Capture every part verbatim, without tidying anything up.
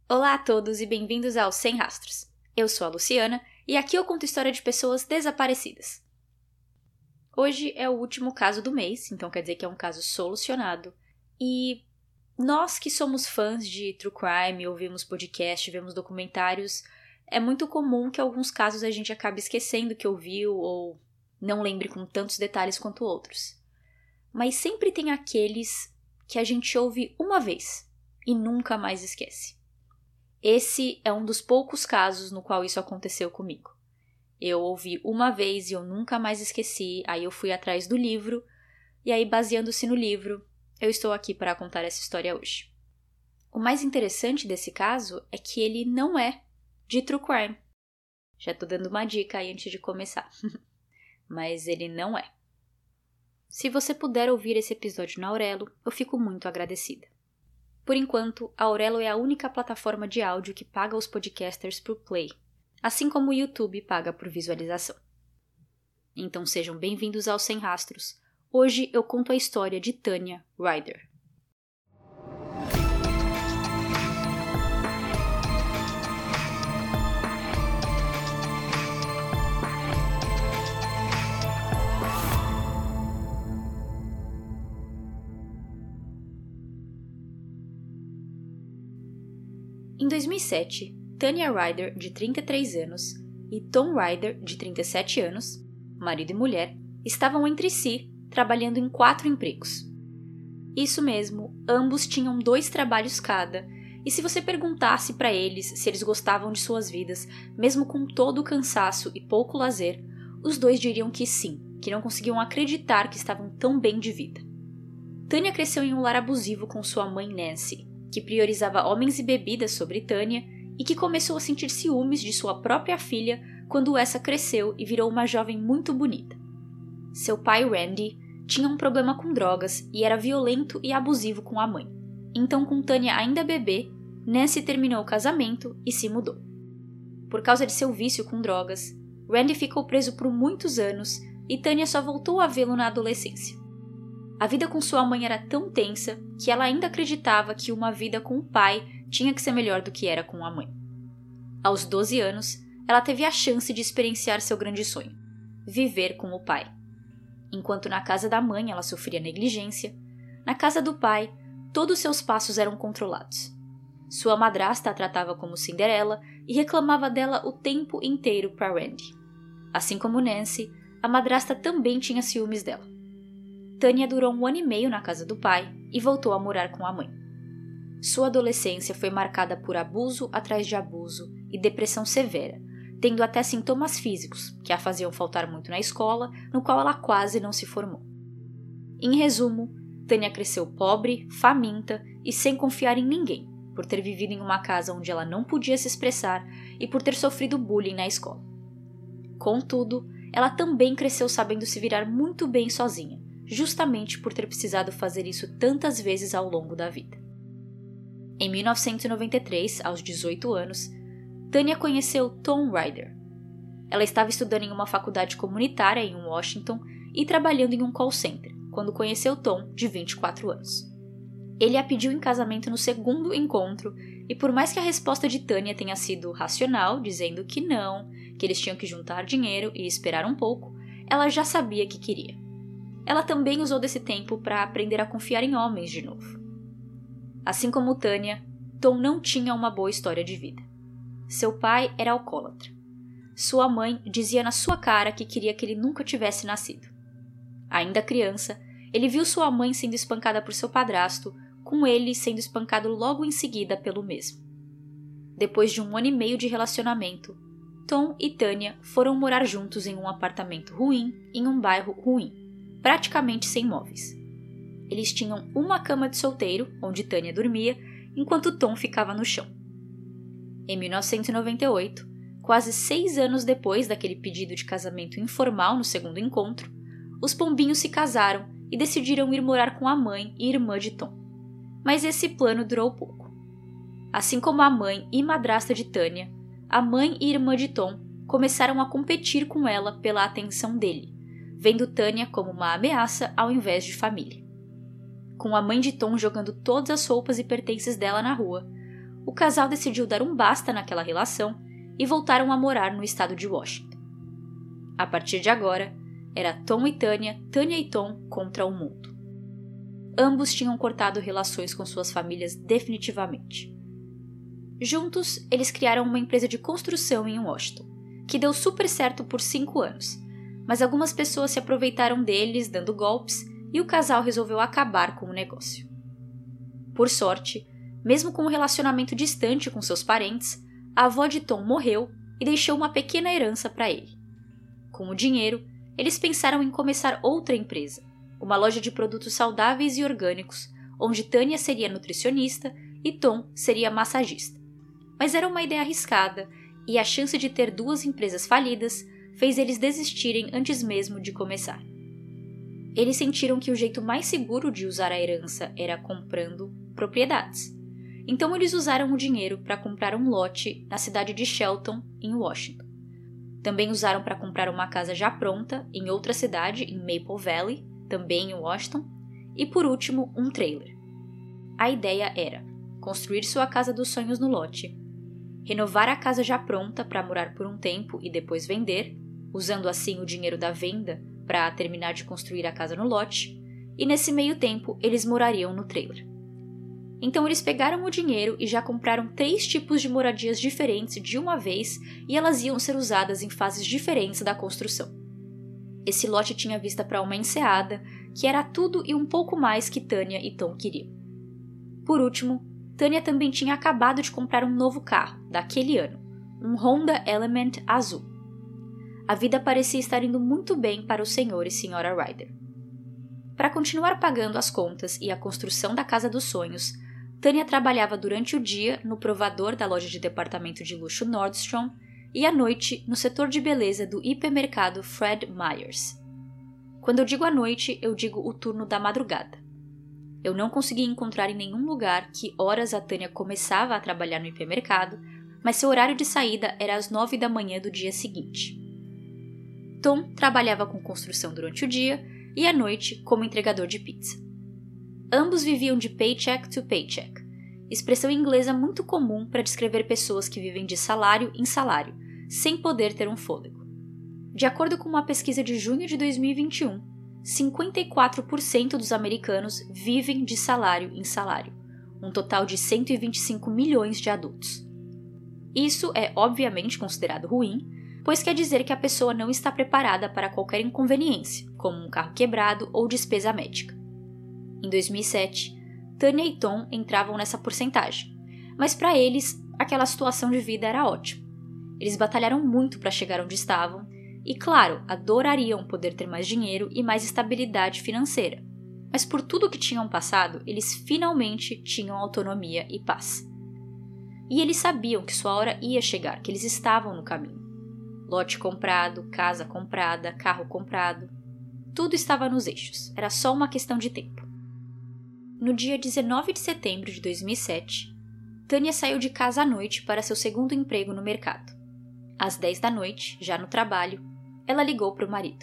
Olá a todos e bem-vindos ao Sem Rastros. Eu sou a Luciana e aqui eu conto história de pessoas desaparecidas. Hoje é o último caso do mês, então quer dizer que é um caso solucionado. E nós que somos fãs de true crime, ouvimos podcast, vemos documentários, é muito comum que alguns casos a gente acabe esquecendo que ouviu ou não lembre com tantos detalhes quanto outros. Mas sempre tem aqueles que a gente ouve uma vez e nunca mais esquece. Esse é um dos poucos casos no qual isso aconteceu comigo. Eu ouvi uma vez e eu nunca mais esqueci, aí eu fui atrás do livro, e aí baseando-se no livro, eu estou aqui para contar essa história hoje. O mais interessante desse caso é que ele não é de true crime. Já estou dando uma dica aí antes de começar. Mas ele não é. Se você puder ouvir esse episódio na Aurelo, eu fico muito agradecida. Por enquanto, a Aurelo é a única plataforma de áudio que paga os podcasters por play, assim como o YouTube paga por visualização. Então sejam bem-vindos ao Sem Rastros. Hoje eu conto a história de Tanya Ryder. Em dois mil e sete, Tanya Ryder, de trinta e três anos, e Tom Ryder, de trinta e sete anos, marido e mulher, estavam entre si, trabalhando em quatro empregos. Isso mesmo, ambos tinham dois trabalhos cada, e se você perguntasse para eles se eles gostavam de suas vidas, mesmo com todo o cansaço e pouco lazer, os dois diriam que sim, que não conseguiam acreditar que estavam tão bem de vida. Tanya cresceu em um lar abusivo com sua mãe Nancy, que priorizava homens e bebidas sobre Tanya e que começou a sentir ciúmes de sua própria filha quando essa cresceu e virou uma jovem muito bonita. Seu pai, Randy, tinha um problema com drogas e era violento e abusivo com a mãe. Então, com Tanya ainda bebê, Nancy terminou o casamento e se mudou. Por causa de seu vício com drogas, Randy ficou preso por muitos anos e Tanya só voltou a vê-lo na adolescência. A vida com sua mãe era tão tensa que ela ainda acreditava que uma vida com o pai tinha que ser melhor do que era com a mãe. Aos doze anos, ela teve a chance de experienciar seu grande sonho, viver com o pai. Enquanto na casa da mãe ela sofria negligência, na casa do pai, todos seus passos eram controlados. Sua madrasta a tratava como Cinderela e reclamava dela o tempo inteiro para Randy. Assim como Nancy, a madrasta também tinha ciúmes dela. Tanya durou um ano e meio na casa do pai e voltou a morar com a mãe. Sua adolescência foi marcada por abuso atrás de abuso e depressão severa, tendo até sintomas físicos que a faziam faltar muito na escola, no qual ela quase não se formou. Em resumo, Tanya cresceu pobre, faminta e sem confiar em ninguém, por ter vivido em uma casa onde ela não podia se expressar e por ter sofrido bullying na escola. Contudo, ela também cresceu sabendo se virar muito bem sozinha, justamente por ter precisado fazer isso tantas vezes ao longo da vida. Em mil novecentos e noventa e três, aos dezoito anos, Tanya conheceu Tom Ryder. Ela estava estudando em uma faculdade comunitária em Washington e trabalhando em um call center, quando conheceu Tom, de vinte e quatro anos. Ele a pediu em casamento no segundo encontro e por mais que a resposta de Tanya tenha sido racional, dizendo que não, que eles tinham que juntar dinheiro e esperar um pouco, ela já sabia que queria. Ela também usou desse tempo para aprender a confiar em homens de novo. Assim como Tanya, Tom não tinha uma boa história de vida. Seu pai era alcoólatra. Sua mãe dizia na sua cara que queria que ele nunca tivesse nascido. Ainda criança, ele viu sua mãe sendo espancada por seu padrasto, com ele sendo espancado logo em seguida pelo mesmo. Depois de um ano e meio de relacionamento, Tom e Tanya foram morar juntos em um apartamento ruim, em um bairro ruim, praticamente sem móveis. Eles tinham uma cama de solteiro, onde Tanya dormia, enquanto Tom ficava no chão. Em mil novecentos e noventa e oito, quase seis anos depois daquele pedido de casamento informal no segundo encontro, os pombinhos se casaram e decidiram ir morar com a mãe e irmã de Tom. Mas esse plano durou pouco. Assim como a mãe e madrasta de Tanya, a mãe e irmã de Tom começaram a competir com ela pela atenção dele, vendo Tanya como uma ameaça ao invés de família. Com a mãe de Tom jogando todas as roupas e pertences dela na rua, o casal decidiu dar um basta naquela relação e voltaram a morar no estado de Washington. A partir de agora, era Tom e Tanya, Tanya e Tom contra o mundo. Ambos tinham cortado relações com suas famílias definitivamente. Juntos, eles criaram uma empresa de construção em Washington, que deu super certo por cinco anos, mas algumas pessoas se aproveitaram deles dando golpes e o casal resolveu acabar com o negócio. Por sorte, mesmo com um relacionamento distante com seus parentes, a avó de Tom morreu e deixou uma pequena herança para ele. Com o dinheiro, eles pensaram em começar outra empresa, uma loja de produtos saudáveis e orgânicos, onde Tanya seria nutricionista e Tom seria massagista. Mas era uma ideia arriscada e a chance de ter duas empresas falidas fez eles desistirem antes mesmo de começar. Eles sentiram que o jeito mais seguro de usar a herança era comprando propriedades. Então eles usaram o dinheiro para comprar um lote na cidade de Shelton, em Washington. Também usaram para comprar uma casa já pronta em outra cidade, em Maple Valley, também em Washington, e por último, um trailer. A ideia era construir sua casa dos sonhos no lote, renovar a casa já pronta para morar por um tempo e depois vender, usando assim o dinheiro da venda para terminar de construir a casa no lote, e nesse meio tempo eles morariam no trailer. Então eles pegaram o dinheiro e já compraram três tipos de moradias diferentes de uma vez e elas iam ser usadas em fases diferentes da construção. Esse lote tinha vista para uma enseada, que era tudo e um pouco mais que Tanya e Tom queriam. Por último, Tanya também tinha acabado de comprar um novo carro, daquele ano, um Honda Element azul. A vida parecia estar indo muito bem para o senhor e senhora Ryder. Para continuar pagando as contas e a construção da casa dos sonhos, Tanya trabalhava durante o dia no provador da loja de departamento de luxo Nordstrom e à noite no setor de beleza do hipermercado Fred Meyers. Quando eu digo à noite, eu digo o turno da madrugada. Eu não consegui encontrar em nenhum lugar que horas a Tanya começava a trabalhar no hipermercado, mas seu horário de saída era às nove da manhã do dia seguinte. Tom trabalhava com construção durante o dia e à noite como entregador de pizza. Ambos viviam de paycheck to paycheck, expressão inglesa muito comum para descrever pessoas que vivem de salário em salário, sem poder ter um fôlego. De acordo com uma pesquisa de junho de dois mil e vinte e um, cinquenta e quatro por cento dos americanos vivem de salário em salário, um total de cento e vinte e cinco milhões de adultos. Isso é obviamente considerado ruim, pois quer dizer que a pessoa não está preparada para qualquer inconveniência, como um carro quebrado ou despesa médica. Em dois mil e sete, Tanya e Tom entravam nessa porcentagem, mas para eles, aquela situação de vida era ótima. Eles batalharam muito para chegar onde estavam e, claro, adorariam poder ter mais dinheiro e mais estabilidade financeira. Mas por tudo que tinham passado, eles finalmente tinham autonomia e paz. E eles sabiam que sua hora ia chegar, que eles estavam no caminho. Lote comprado, casa comprada, carro comprado. Tudo estava nos eixos, era só uma questão de tempo. No dia dezenove de setembro de dois mil e sete, Tanya saiu de casa à noite para seu segundo emprego no mercado. Às dez da noite, já no trabalho, ela ligou para o marido.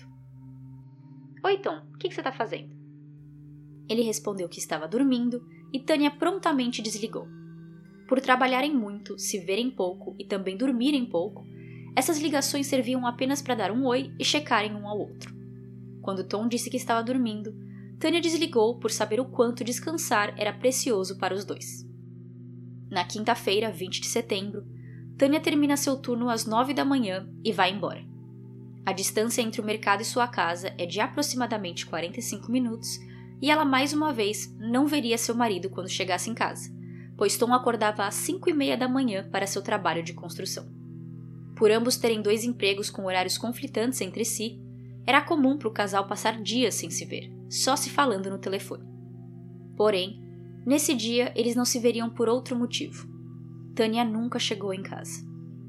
Oi, Tom, o que, que você está fazendo? Ele respondeu que estava dormindo e Tanya prontamente desligou. Por trabalharem muito, se verem pouco e também dormirem pouco, essas ligações serviam apenas para dar um oi e checarem um ao outro. Quando Tom disse que estava dormindo, Tanya desligou por saber o quanto descansar era precioso para os dois. Na quinta-feira, vinte de setembro, Tanya termina seu turno às nove da manhã e vai embora. A distância entre o mercado e sua casa é de aproximadamente quarenta e cinco minutos e ela mais uma vez não veria seu marido quando chegasse em casa, pois Tom acordava às cinco e meia da manhã para seu trabalho de construção. Por ambos terem dois empregos com horários conflitantes entre si, era comum para o casal passar dias sem se ver, só se falando no telefone. Porém, nesse dia eles não se veriam por outro motivo. Tanya nunca chegou em casa.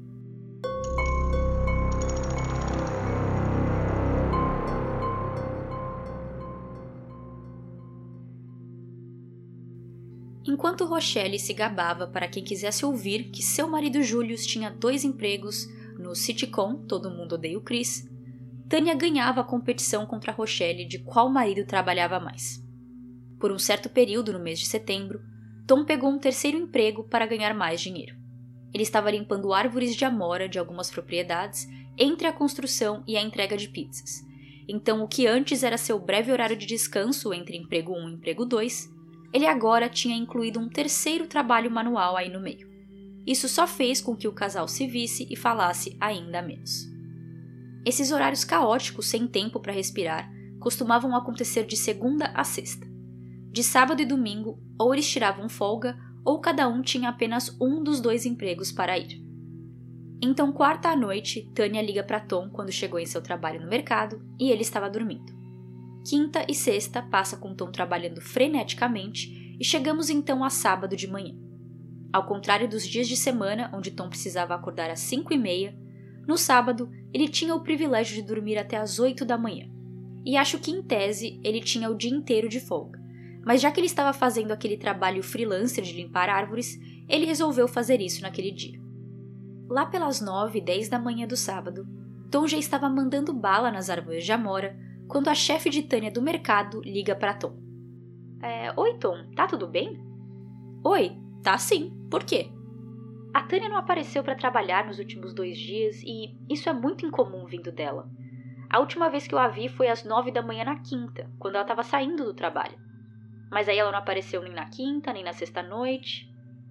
Enquanto Rochelle se gabava para quem quisesse ouvir que seu marido Julius tinha dois empregos no sitcom Todo Mundo Odeia o Chris, Tanya ganhava a competição contra Rochelle de qual marido trabalhava mais. Por um certo período no mês de setembro, Tom pegou um terceiro emprego para ganhar mais dinheiro. Ele estava limpando árvores de amora de algumas propriedades entre a construção e a entrega de pizzas. Então, o que antes era seu breve horário de descanso entre emprego um e emprego dois, ele agora tinha incluído um terceiro trabalho manual aí no meio. Isso só fez com que o casal se visse e falasse ainda menos. Esses horários caóticos sem tempo para respirar costumavam acontecer de segunda a sexta. De sábado e domingo, ou eles tiravam folga, ou cada um tinha apenas um dos dois empregos para ir. Então, quarta à noite, Tânia liga para Tom quando chegou em seu trabalho no mercado e ele estava dormindo. Quinta e sexta passa com Tom trabalhando freneticamente e chegamos então a sábado de manhã. Ao contrário dos dias de semana, onde Tom precisava acordar às cinco e meia, no sábado ele tinha o privilégio de dormir até às oito da manhã. E acho que, em tese, ele tinha o dia inteiro de folga. Mas já que ele estava fazendo aquele trabalho freelancer de limpar árvores, ele resolveu fazer isso naquele dia. Lá pelas nove e dez da manhã do sábado, Tom já estava mandando bala nas árvores de amora quando a chefe de Tânia do mercado liga para Tom. É, Oi, Tom, tá tudo bem? Oi, tá sim, por quê? A Tânia não apareceu para trabalhar nos últimos dois dias e isso é muito incomum vindo dela. A última vez que eu a vi foi às nove da manhã na quinta, quando ela estava saindo do trabalho. Mas aí ela não apareceu nem na quinta, nem na sexta-noite.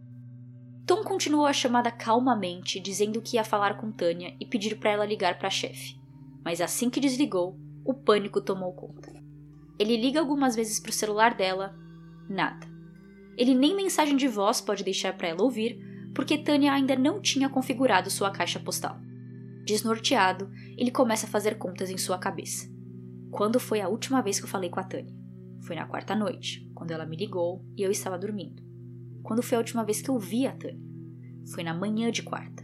Tom continuou a chamada calmamente, dizendo que ia falar com Tânia e pedir para ela ligar para a chefe. Mas assim que desligou, o pânico tomou conta. Ele liga algumas vezes para o celular dela, nada. Ele nem mensagem de voz pode deixar para ela ouvir, porque Tânia ainda não tinha configurado sua caixa postal. Desnorteado, ele começa a fazer contas em sua cabeça. Quando foi a última vez que eu falei com a Tânia? Foi na quarta noite, quando ela me ligou e eu estava dormindo. Quando foi a última vez que eu vi a Tânia? Foi na manhã de quarta.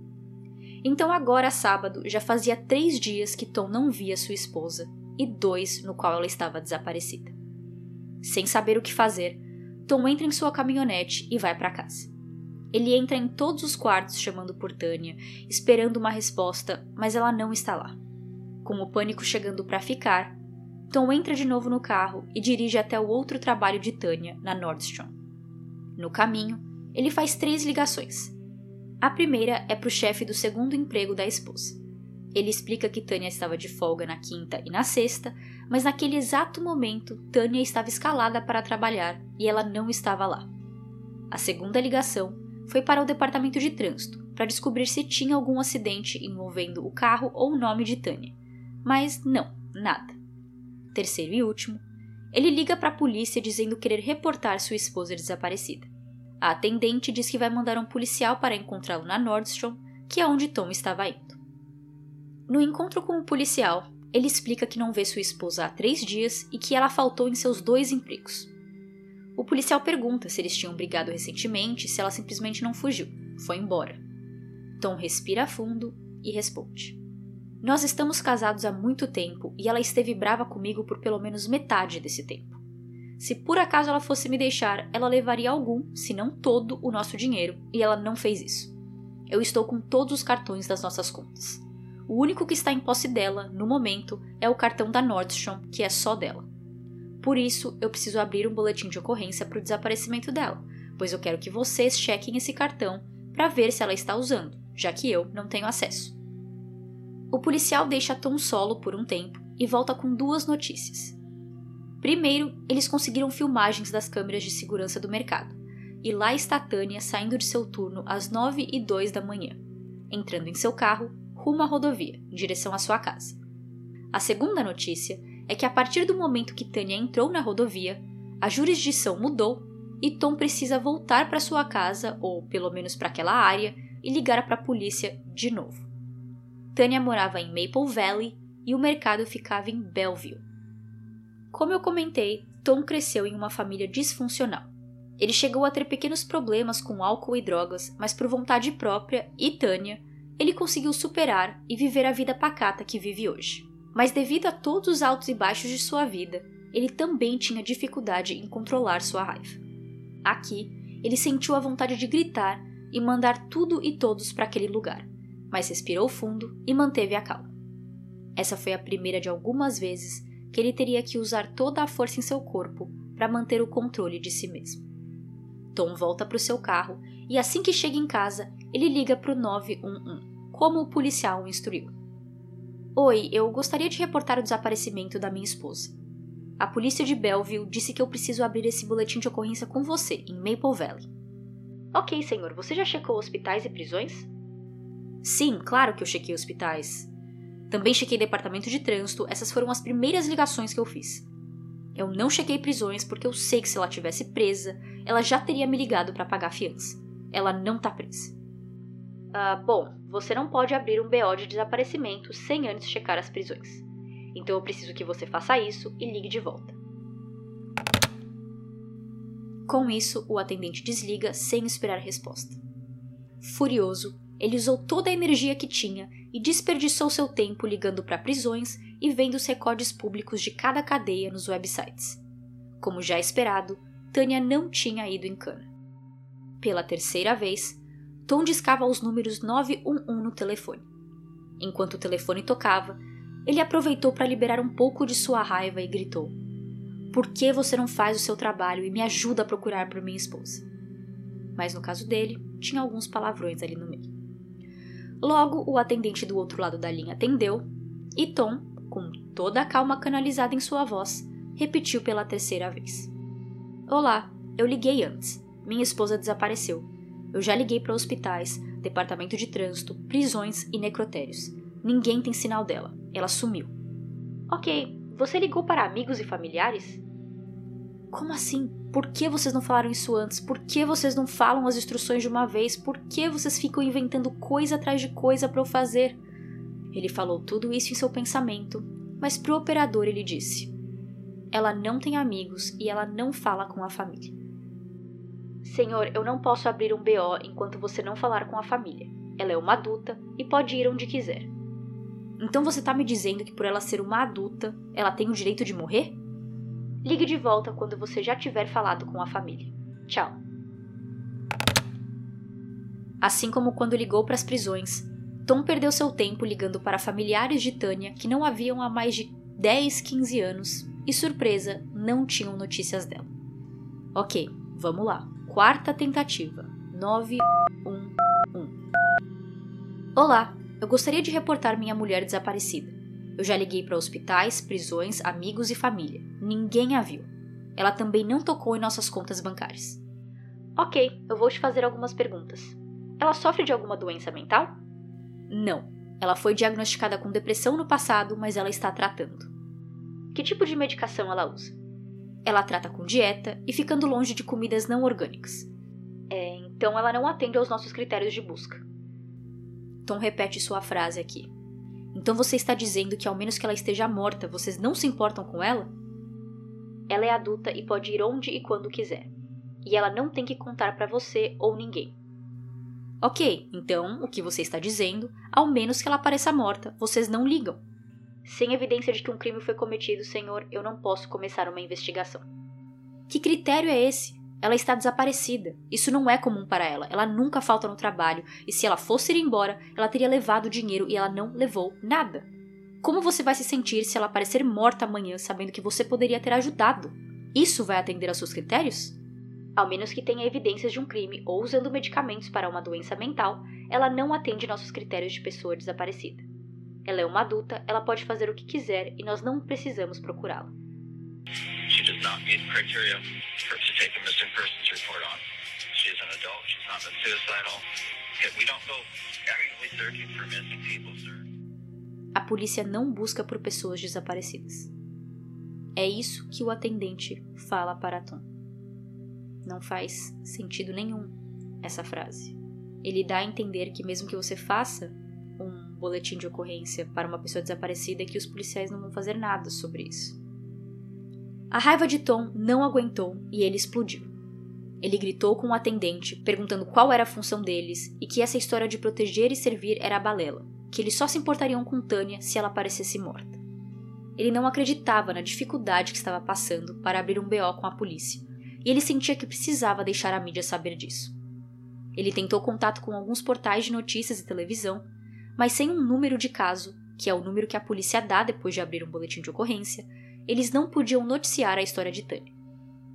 Então agora, sábado, já fazia três dias que Tom não via sua esposa e dois no qual ela estava desaparecida. Sem saber o que fazer, Tom entra em sua caminhonete e vai para casa. Ele entra em todos os quartos chamando por Tânia, esperando uma resposta, mas ela não está lá. Com o pânico chegando para ficar, Tom entra de novo no carro e dirige até o outro trabalho de Tânia, na Nordstrom. No caminho, ele faz três ligações. A primeira é para o chefe do segundo emprego da esposa. Ele explica que Tânia estava de folga na quinta e na sexta, mas naquele exato momento, Tânia estava escalada para trabalhar e ela não estava lá. A segunda ligação foi para o departamento de trânsito, para descobrir se tinha algum acidente envolvendo o carro ou o nome de Tânia. Mas não, nada. Terceiro e último, ele liga para a polícia dizendo querer reportar sua esposa desaparecida. A atendente diz que vai mandar um policial para encontrá-lo na Nordstrom, que é onde Tom estava indo. No encontro com o policial, ele explica que não vê sua esposa há três dias e que ela faltou em seus dois empregos. O policial pergunta se eles tinham brigado recentemente e se ela simplesmente não fugiu, foi embora. Tom respira fundo e responde: Nós estamos casados há muito tempo e ela esteve brava comigo por pelo menos metade desse tempo. Se por acaso ela fosse me deixar, ela levaria algum, se não todo, o nosso dinheiro, e ela não fez isso. Eu estou com todos os cartões das nossas contas. O único que está em posse dela, no momento, é o cartão da Nordstrom, que é só dela. Por isso, eu preciso abrir um boletim de ocorrência para o desaparecimento dela, pois eu quero que vocês chequem esse cartão para ver se ela está usando, já que eu não tenho acesso. O policial deixa Tom solo por um tempo e volta com duas notícias. Primeiro, eles conseguiram filmagens das câmeras de segurança do mercado, e lá está Tânia saindo de seu turno às nove e dois da manhã, entrando em seu carro rumo à rodovia, em direção à sua casa. A segunda notícia é que a partir do momento que Tânia entrou na rodovia, a jurisdição mudou e Tom precisa voltar para sua casa, ou pelo menos para aquela área, e ligar para a polícia de novo. Tânia morava em Maple Valley e o mercado ficava em Bellevue. Como eu comentei, Tom cresceu em uma família disfuncional. Ele chegou a ter pequenos problemas com álcool e drogas, mas por vontade própria e Tânia, ele conseguiu superar e viver a vida pacata que vive hoje. Mas devido a todos os altos e baixos de sua vida, ele também tinha dificuldade em controlar sua raiva. Aqui, ele sentiu a vontade de gritar e mandar tudo e todos para aquele lugar, mas respirou fundo e manteve a calma. Essa foi a primeira de algumas vezes que ele teria que usar toda a força em seu corpo para manter o controle de si mesmo. Tom volta para o seu carro e assim que chega em casa, ele liga para o nove um um, como o policial o instruiu. Oi, eu gostaria de reportar o desaparecimento da minha esposa. A polícia de Belleville disse que eu preciso abrir esse boletim de ocorrência com você, em Maple Valley. Ok, senhor, você já checou hospitais e prisões? Sim, claro que eu chequei hospitais. Também chequei departamento de trânsito, essas foram as primeiras ligações que eu fiz. Eu não chequei prisões porque eu sei que se ela tivesse presa, ela já teria me ligado para pagar a fiança. Ela não tá presa. Ah, bom, você não pode abrir um B O de desaparecimento sem antes checar as prisões. Então eu preciso que você faça isso e ligue de volta. Com isso, o atendente desliga sem esperar resposta. Furioso, ele usou toda a energia que tinha e desperdiçou seu tempo ligando para prisões e vendo os recordes públicos de cada cadeia nos websites. Como já esperado, Tânia não tinha ido em cana. Pela terceira vez, Tom discava os números nove um um no telefone. Enquanto o telefone tocava, ele aproveitou para liberar um pouco de sua raiva e gritou: Por que você não faz o seu trabalho e me ajuda a procurar por minha esposa? Mas no caso dele, tinha alguns palavrões ali no meio. Logo, o atendente do outro lado da linha atendeu e Tom, com toda a calma canalizada em sua voz, repetiu pela terceira vez. Olá, eu liguei antes. Minha esposa desapareceu. Eu já liguei para hospitais, departamento de trânsito, prisões e necrotérios. Ninguém tem sinal dela. Ela sumiu. Ok, você ligou para amigos e familiares? Como assim? Por que vocês não falaram isso antes? Por que vocês não falam as instruções de uma vez? Por que vocês ficam inventando coisa atrás de coisa para eu fazer? Ele falou tudo isso em seu pensamento, mas pro operador ele disse: Ela não tem amigos e ela não fala com a família. Senhor, eu não posso abrir um B O enquanto você não falar com a família. Ela é uma adulta e pode ir onde quiser. Então você tá me dizendo que por ela ser uma adulta, ela tem o direito de morrer? Ligue de volta quando você já tiver falado com a família. Tchau. Assim como quando ligou para as prisões, Tom perdeu seu tempo ligando para familiares de Tânia que não a viam há mais de dez, quinze anos e, surpresa, não tinham notícias dela. Ok, vamos lá. Quarta tentativa. nove um um. Olá, eu gostaria de reportar minha mulher desaparecida. Eu já liguei para hospitais, prisões, amigos e família. Ninguém a viu. Ela também não tocou em nossas contas bancárias. Ok, eu vou te fazer algumas perguntas. Ela sofre de alguma doença mental? Não. Ela foi diagnosticada com depressão no passado, mas ela está tratando. Que tipo de medicação ela usa? Ela trata com dieta e ficando longe de comidas não orgânicas. É, então ela não atende aos nossos critérios de busca. Tom repete sua frase aqui. Então você está dizendo que ao menos que ela esteja morta, vocês não se importam com ela? Ela é adulta e pode ir onde e quando quiser. E ela não tem que contar para você ou ninguém. Ok, então o que você está dizendo, ao menos que ela pareça morta, vocês não ligam. Sem evidência de que um crime foi cometido, senhor, eu não posso começar uma investigação. Que critério é esse? Ela está desaparecida. Isso não é comum para ela. Ela nunca falta no trabalho. E se ela fosse ir embora, ela teria levado o dinheiro e ela não levou nada. Como você vai se sentir se ela aparecer morta amanhã sabendo que você poderia ter ajudado? Isso vai atender aos seus critérios? Ao menos que tenha evidências de um crime ou usando medicamentos para uma doença mental, ela não atende nossos critérios de pessoa desaparecida. Ela é uma adulta, ela pode fazer o que quiser e nós não precisamos procurá-la. She does not meet criteria for to take a missing persons report on. She is an adult. She's not been suicidal. We don't go actively searching for missing people, sir. A polícia não busca por pessoas desaparecidas. É isso que o atendente fala para Tom. Não faz sentido nenhum essa frase. Ele dá a entender que mesmo que você faça um boletim de ocorrência para uma pessoa desaparecida, que os policiais não vão fazer nada sobre isso. A raiva de Tom não aguentou e ele explodiu. Ele gritou com o atendente, perguntando qual era a função deles e que essa história de proteger e servir era balela, que eles só se importariam com Tânia se ela parecesse morta. Ele não acreditava na dificuldade que estava passando para abrir um B O com a polícia, e ele sentia que precisava deixar a mídia saber disso. Ele tentou contato com alguns portais de notícias e televisão, mas sem um número de caso, que é o número que a polícia dá depois de abrir um boletim de ocorrência, eles não podiam noticiar a história de Tânia.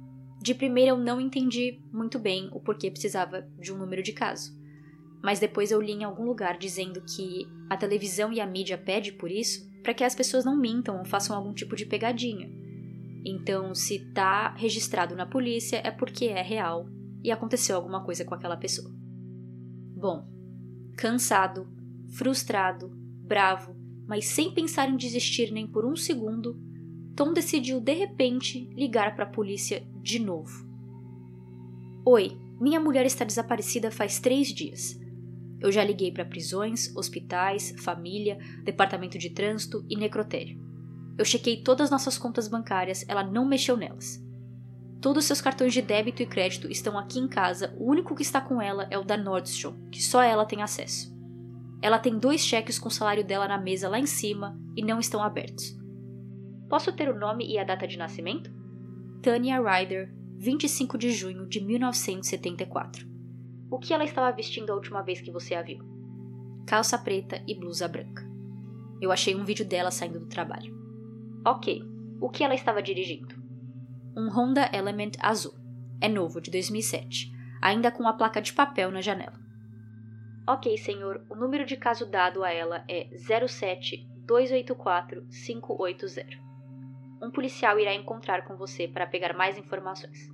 De primeira eu não entendi muito bem o porquê precisava de um número de caso. Mas depois eu li em algum lugar dizendo que a televisão e a mídia pedem por isso para que as pessoas não mintam ou façam algum tipo de pegadinha. Então, se tá registrado na polícia é porque é real e aconteceu alguma coisa com aquela pessoa. Bom, cansado, frustrado, bravo, mas sem pensar em desistir nem por um segundo, Tom decidiu de repente ligar para a polícia de novo. Oi, minha mulher está desaparecida faz três dias. Eu já liguei para prisões, hospitais, família, departamento de trânsito e necrotério. Eu chequei todas as nossas contas bancárias, ela não mexeu nelas. Todos os seus cartões de débito e crédito estão aqui em casa, o único que está com ela é o da Nordstrom, que só ela tem acesso. Ela tem dois cheques com o salário dela na mesa lá em cima e não estão abertos. Posso ter o nome e a data de nascimento? Tanya Ryder, vinte e cinco de junho de mil novecentos e setenta e quatro. O que ela estava vestindo a última vez que você a viu? Calça preta e blusa branca. Eu achei um vídeo dela saindo do trabalho. Ok, o que ela estava dirigindo? Um Honda Element azul. É novo, de dois mil e sete, ainda com a placa de papel na janela. Ok, senhor, o número de caso dado a ela é zero sete dois oito quatro cinco oito zero. Um policial irá encontrar com você para pegar mais informações.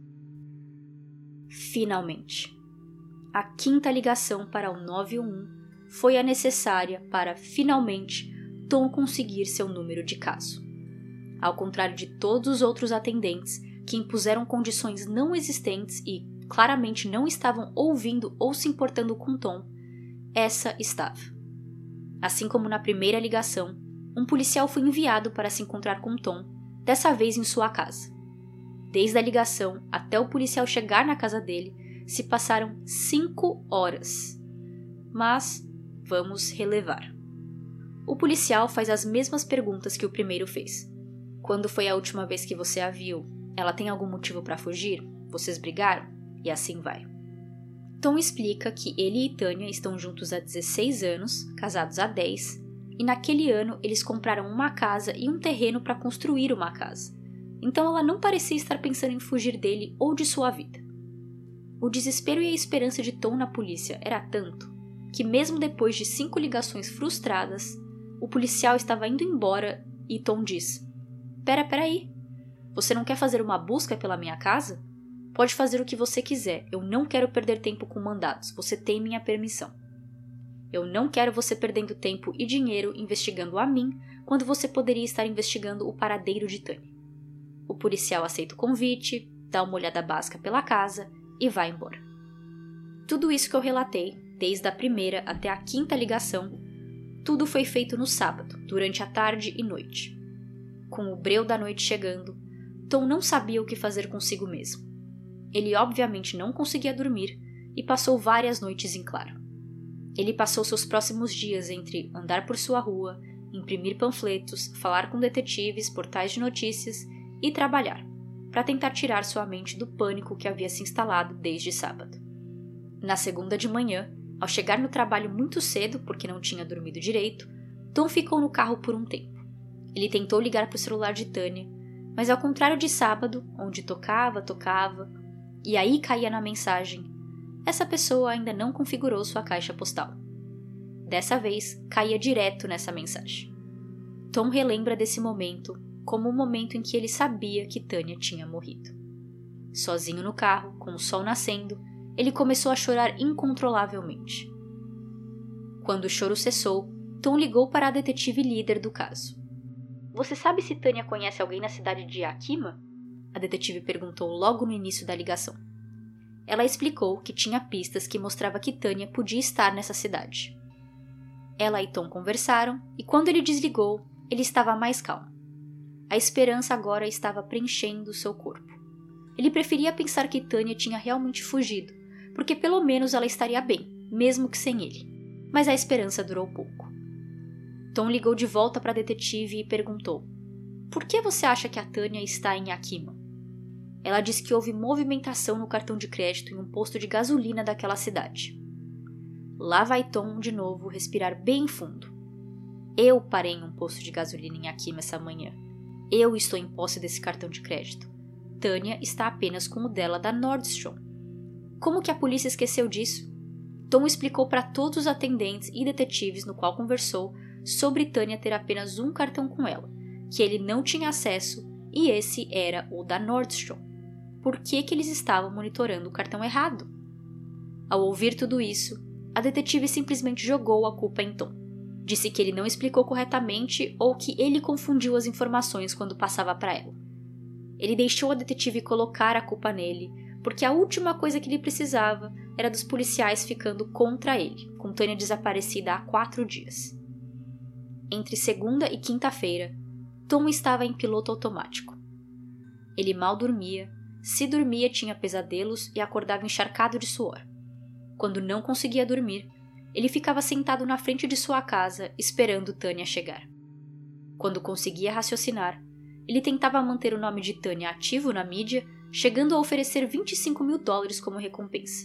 Finalmente. A quinta ligação para o nove um um foi a necessária para, finalmente, Tom conseguir seu número de caso. Ao contrário de todos os outros atendentes que impuseram condições não existentes e claramente não estavam ouvindo ou se importando com Tom, essa estava. Assim como na primeira ligação, um policial foi enviado para se encontrar com Tom, dessa vez em sua casa. Desde a ligação até o policial chegar na casa dele, se passaram cinco horas. Mas vamos relevar. O policial faz as mesmas perguntas que o primeiro fez. Quando foi a última vez que você a viu? Ela tem algum motivo para fugir? Vocês brigaram? E assim vai. Tom explica que ele e Tanya estão juntos há dezesseis anos, casados há dez, e naquele ano eles compraram uma casa e um terreno para construir uma casa. Então ela não parecia estar pensando em fugir dele ou de sua vida. O desespero e a esperança de Tom na polícia era tanto que, mesmo depois de cinco ligações frustradas, o policial estava indo embora e Tom diz: Pera, peraí, você não quer fazer uma busca pela minha casa? Pode fazer o que você quiser, eu não quero perder tempo com mandados, você tem minha permissão. Eu não quero você perdendo tempo e dinheiro investigando a mim, quando você poderia estar investigando o paradeiro de Tanya. O policial aceita o convite, dá uma olhada básica pela casa e vai embora. Tudo isso que eu relatei, desde a primeira até a quinta ligação, tudo foi feito no sábado, durante a tarde e noite. Com o breu da noite chegando, Tom não sabia o que fazer consigo mesmo. Ele obviamente não conseguia dormir e passou várias noites em claro. Ele passou seus próximos dias entre andar por sua rua, imprimir panfletos, falar com detetives, portais de notícias e trabalhar, para tentar tirar sua mente do pânico que havia se instalado desde sábado. Na segunda de manhã, ao chegar no trabalho muito cedo porque não tinha dormido direito, Tom ficou no carro por um tempo. Ele tentou ligar para o celular de Tanya, mas ao contrário de sábado, onde tocava, tocava, e aí caía na mensagem, essa pessoa ainda não configurou sua caixa postal. Dessa vez, caía direto nessa mensagem. Tom relembra desse momento como o momento em que ele sabia que Tanya tinha morrido. Sozinho no carro, com o sol nascendo, ele começou a chorar incontrolavelmente. Quando o choro cessou, Tom ligou para a detetive líder do caso. Você sabe se Tanya conhece alguém na cidade de Yakima? A detetive perguntou logo no início da ligação. Ela explicou que tinha pistas que mostravam que Tanya podia estar nessa cidade. Ela e Tom conversaram e quando ele desligou, ele estava mais calmo. A esperança agora estava preenchendo seu corpo. Ele preferia pensar que Tanya tinha realmente fugido, porque pelo menos ela estaria bem, mesmo que sem ele. Mas a esperança durou pouco. Tom ligou de volta para a detetive e perguntou: Por que você acha que a Tanya está em Yakima? Ela disse que houve movimentação no cartão de crédito em um posto de gasolina daquela cidade. Lá vai Tom de novo respirar bem fundo. Eu parei em um posto de gasolina em Yakima essa manhã. Eu estou em posse desse cartão de crédito. Tanya está apenas com o dela da Nordstrom. Como que a polícia esqueceu disso? Tom explicou para todos os atendentes e detetives no qual conversou sobre Tanya ter apenas um cartão com ela, que ele não tinha acesso e esse era o da Nordstrom. Por que que eles estavam monitorando o cartão errado? Ao ouvir tudo isso, a detetive simplesmente jogou a culpa em Tom. Disse que ele não explicou corretamente ou que ele confundiu as informações quando passava para ela. Ele deixou a detetive colocar a culpa nele, porque a última coisa que ele precisava era dos policiais ficando contra ele, com Tanya desaparecida há quatro dias. Entre segunda e quinta-feira, Tom estava em piloto automático. Ele mal dormia, se dormia tinha pesadelos e acordava encharcado de suor. Quando não conseguia dormir, ele ficava sentado na frente de sua casa esperando Tanya chegar. Quando conseguia raciocinar, ele tentava manter o nome de Tanya ativo na mídia, chegando a oferecer vinte e cinco mil dólares como recompensa.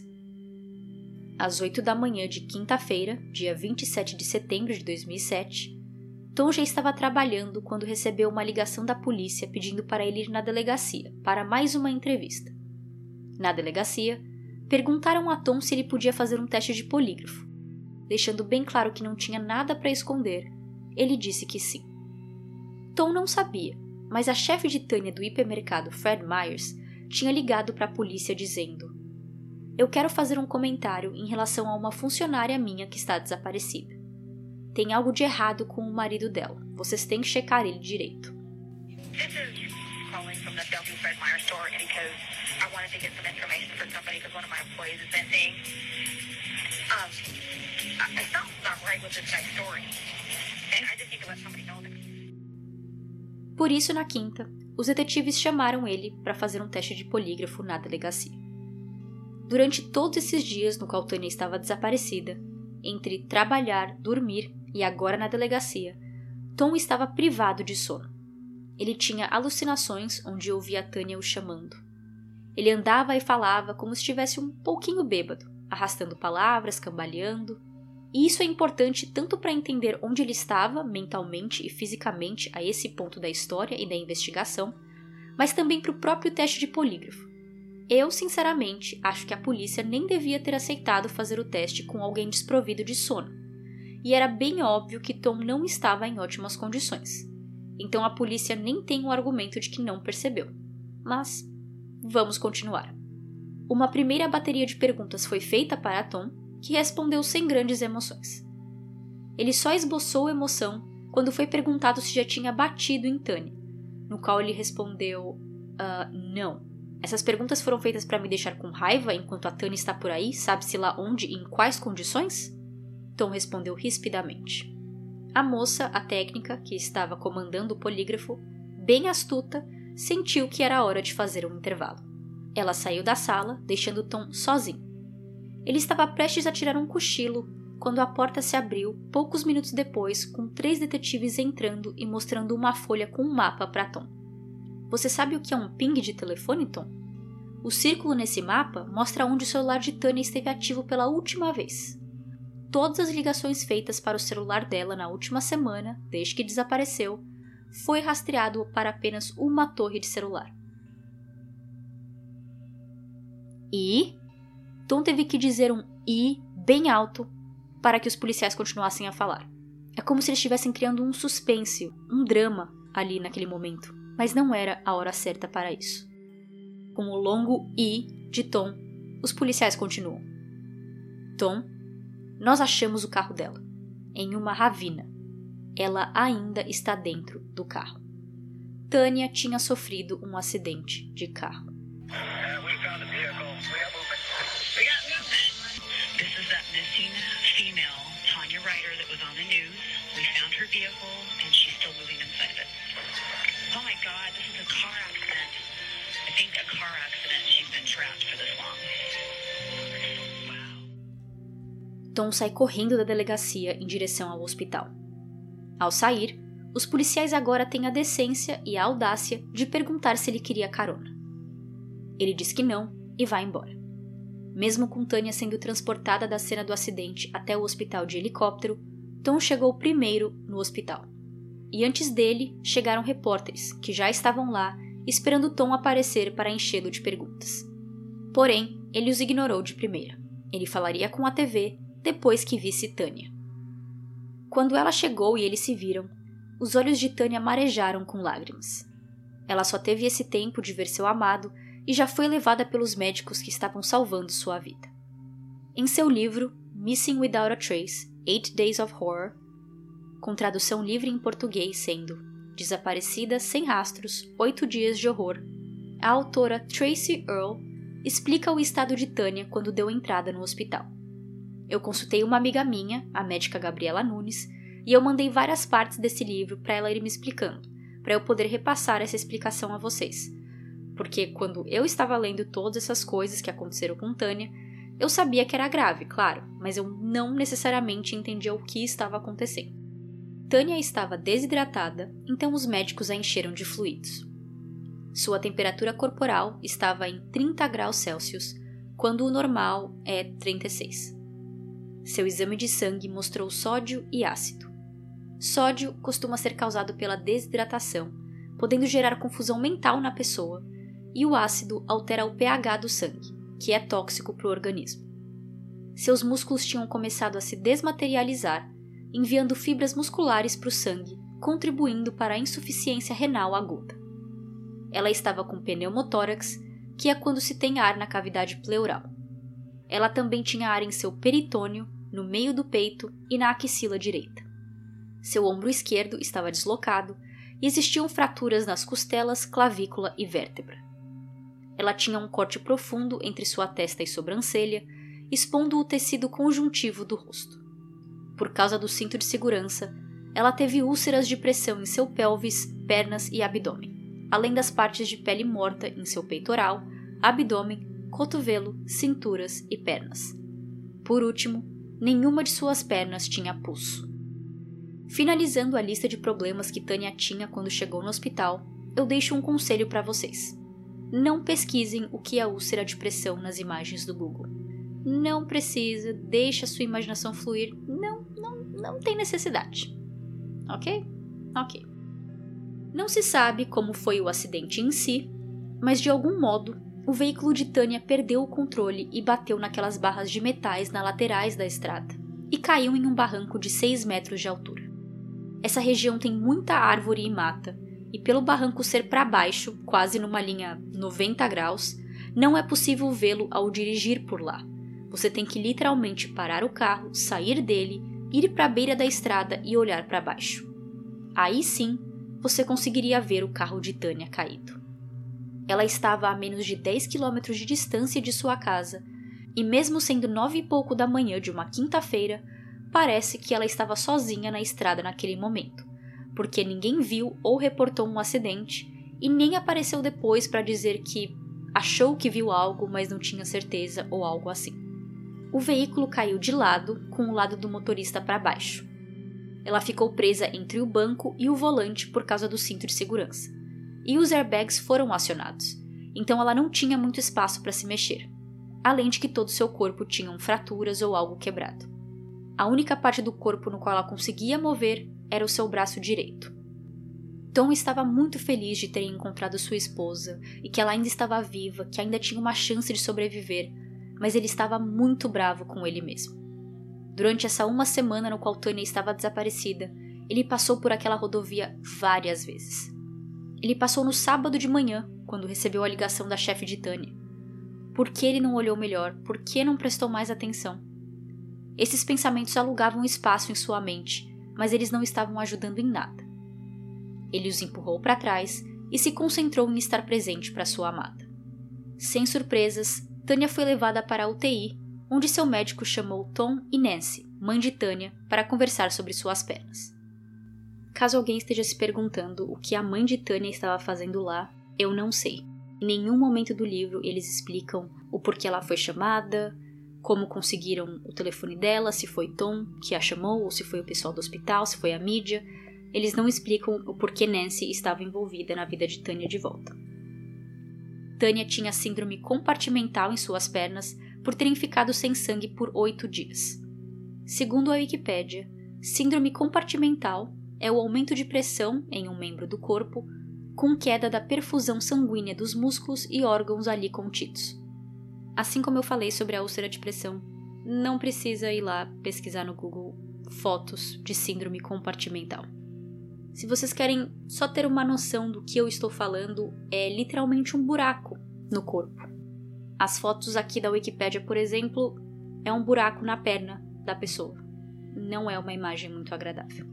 Às oito da manhã de quinta-feira, dia vinte e sete de setembro de dois mil e sete, Tom já estava trabalhando quando recebeu uma ligação da polícia pedindo para ele ir na delegacia para mais uma entrevista. Na delegacia, perguntaram a Tom se ele podia fazer um teste de polígrafo. Deixando bem claro que não tinha nada para esconder, ele disse que sim. Tom não sabia, mas a chefe de Tanya do hipermercado Fred Myers tinha ligado para a polícia dizendo: "Eu quero fazer um comentário em relação a uma funcionária minha que está desaparecida. Tem algo de errado com o marido dela. Vocês têm que checar ele direito." This is calling from the Bellevue Fred Meyer store because I wanted to get some information for somebody because one of my employees is missing. Um, I, I felt not right with this guy's story, and I just need to let somebody know that. Por isso, na quinta, os detetives chamaram ele para fazer um teste de polígrafo na delegacia. Durante todos esses dias no qual Tanya estava desaparecida, entre trabalhar, dormir e agora na delegacia, Tom estava privado de sono. Ele tinha alucinações onde ouvia a Tanya o chamando. Ele andava e falava como se estivesse um pouquinho bêbado, arrastando palavras, cambaleando. E isso é importante tanto para entender onde ele estava, mentalmente e fisicamente, a esse ponto da história e da investigação, mas também para o próprio teste de polígrafo. Eu, sinceramente, acho que a polícia nem devia ter aceitado fazer o teste com alguém desprovido de sono. E era bem óbvio que Tom não estava em ótimas condições. Então a polícia nem tem o argumento de que não percebeu. Mas vamos continuar. Uma primeira bateria de perguntas foi feita para Tom, que respondeu sem grandes emoções. Ele só esboçou emoção quando foi perguntado se já tinha batido em Tanya, no qual ele respondeu, uh, não. Essas perguntas foram feitas para me deixar com raiva enquanto a Tanya está por aí, sabe-se lá onde e em quais condições? Tom respondeu rispidamente. A moça, a técnica, que estava comandando o polígrafo, bem astuta, sentiu que era hora de fazer um intervalo. Ela saiu da sala, deixando Tom sozinho. Ele estava prestes a tirar um cochilo quando a porta se abriu poucos minutos depois, com três detetives entrando e mostrando uma folha com um mapa para Tom. Você sabe o que é um ping de telefone, Tom? O círculo nesse mapa mostra onde o celular de Tanya esteve ativo pela última vez. Todas as ligações feitas para o celular dela na última semana, desde que desapareceu, foi rastreado para apenas uma torre de celular. E Tom teve que dizer um "i" bem alto para que os policiais continuassem a falar. É como se eles estivessem criando um suspense, um drama ali naquele momento, mas não era a hora certa para isso. Com o longo "i" de Tom, os policiais continuam. Tom, nós achamos o carro dela, em uma ravina. Ela ainda está dentro do carro. Tanya tinha sofrido um acidente de carro. Tom sai correndo da delegacia em direção ao hospital. Ao sair, os policiais agora têm a decência e a audácia de perguntar se ele queria carona. Ele diz que não e vai embora. Mesmo com Tanya sendo transportada da cena do acidente até o hospital de helicóptero, Tom chegou primeiro no hospital. E antes dele, chegaram repórteres, que já estavam lá esperando Tom aparecer para enchê-lo de perguntas. Porém, ele os ignorou de primeira. Ele falaria com a T V depois que visse Tânia. Quando ela chegou e eles se viram, os olhos de Tânia marejaram com lágrimas. Ela só teve esse tempo de ver seu amado e já foi levada pelos médicos que estavam salvando sua vida. Em seu livro Missing Without a Trace, Eight Days of Horror, com tradução livre em português sendo Desaparecida sem rastros, Oito Dias de Horror, a autora Tracy Earle explica o estado de Tânia quando deu entrada no hospital. Eu consultei uma amiga minha, a médica Gabriela Nunes, e eu mandei várias partes desse livro para ela ir me explicando, para eu poder repassar essa explicação a vocês. Porque quando eu estava lendo todas essas coisas que aconteceram com Tânia, eu sabia que era grave, claro, mas eu não necessariamente entendia o que estava acontecendo. Tânia estava desidratada, então os médicos a encheram de fluidos. Sua temperatura corporal estava em trinta graus Celsius, quando o normal é trinta e seis. Seu exame de sangue mostrou sódio e ácido. Sódio costuma ser causado pela desidratação, podendo gerar confusão mental na pessoa, e o ácido altera o pH do sangue, que é tóxico para o organismo. Seus músculos tinham começado a se desmaterializar, enviando fibras musculares para o sangue, contribuindo para a insuficiência renal aguda. Ela estava com pneumotórax, que é quando se tem ar na cavidade pleural. Ela também tinha ar em seu peritônio, no meio do peito e na axila direita. Seu ombro esquerdo estava deslocado e existiam fraturas nas costelas, clavícula e vértebra. Ela tinha um corte profundo entre sua testa e sobrancelha, expondo o tecido conjuntivo do rosto. Por causa do cinto de segurança, ela teve úlceras de pressão em seu pelvis, pernas e abdômen, além das partes de pele morta em seu peitoral, abdômen, cotovelo, cinturas e pernas. Por último, nenhuma de suas pernas tinha pulso. Finalizando a lista de problemas que Tânia tinha quando chegou no hospital, eu deixo um conselho para vocês. Não pesquisem o que é úlcera de pressão nas imagens do Google. Não precisa, deixa a sua imaginação fluir, não, não, não tem necessidade. Ok? Ok. Não se sabe como foi o acidente em si, mas de algum modo, o veículo de Tânia perdeu o controle e bateu naquelas barras de metais nas laterais da estrada, e caiu em um barranco de seis metros de altura. Essa região tem muita árvore e mata, e pelo barranco ser para baixo, quase numa linha noventa graus, não é possível vê-lo ao dirigir por lá. Você tem que literalmente parar o carro, sair dele, ir para a beira da estrada e olhar para baixo. Aí sim, você conseguiria ver o carro de Tânia caído. Ela estava a menos de dez quilômetros de distância de sua casa, e mesmo sendo nove e pouco da manhã de uma quinta-feira, parece que ela estava sozinha na estrada naquele momento, porque ninguém viu ou reportou um acidente e nem apareceu depois para dizer que achou que viu algo, mas não tinha certeza ou algo assim. O veículo caiu de lado, com o lado do motorista para baixo. Ela ficou presa entre o banco e o volante por causa do cinto de segurança, e os airbags foram acionados, então ela não tinha muito espaço para se mexer, além de que todo seu corpo tinha fraturas ou algo quebrado. A única parte do corpo no qual ela conseguia mover era o seu braço direito. Tom estava muito feliz de ter encontrado sua esposa e que ela ainda estava viva, que ainda tinha uma chance de sobreviver, mas ele estava muito bravo com ele mesmo. Durante essa uma semana no qual Tânia estava desaparecida, ele passou por aquela rodovia várias vezes. Ele passou no sábado de manhã, quando recebeu a ligação da chefe de Tânia. Por que ele não olhou melhor? Por que não prestou mais atenção? Esses pensamentos alugavam espaço em sua mente, mas eles não estavam ajudando em nada. Ele os empurrou para trás e se concentrou em estar presente para sua amada. Sem surpresas, Tânia foi levada para a U T I, onde seu médico chamou Tom e Nancy, mãe de Tânia, para conversar sobre suas pernas. Caso alguém esteja se perguntando o que a mãe de Tânia estava fazendo lá, eu não sei. Em nenhum momento do livro eles explicam o porquê ela foi chamada, como conseguiram o telefone dela, se foi Tom que a chamou, ou se foi o pessoal do hospital, se foi a mídia. Eles não explicam o porquê Nancy estava envolvida na vida de Tânia de volta. Tânia tinha síndrome compartimental em suas pernas por terem ficado sem sangue por oito dias. Segundo a Wikipédia, síndrome compartimental é o aumento de pressão em um membro do corpo com queda da perfusão sanguínea dos músculos e órgãos ali contidos. Assim como eu falei sobre a úlcera de pressão, não precisa ir lá pesquisar no Google fotos de síndrome compartimental. Se vocês querem só ter uma noção do que eu estou falando, é literalmente um buraco no corpo. As fotos aqui da Wikipédia, por exemplo, é um buraco na perna da pessoa. Não é uma imagem muito agradável.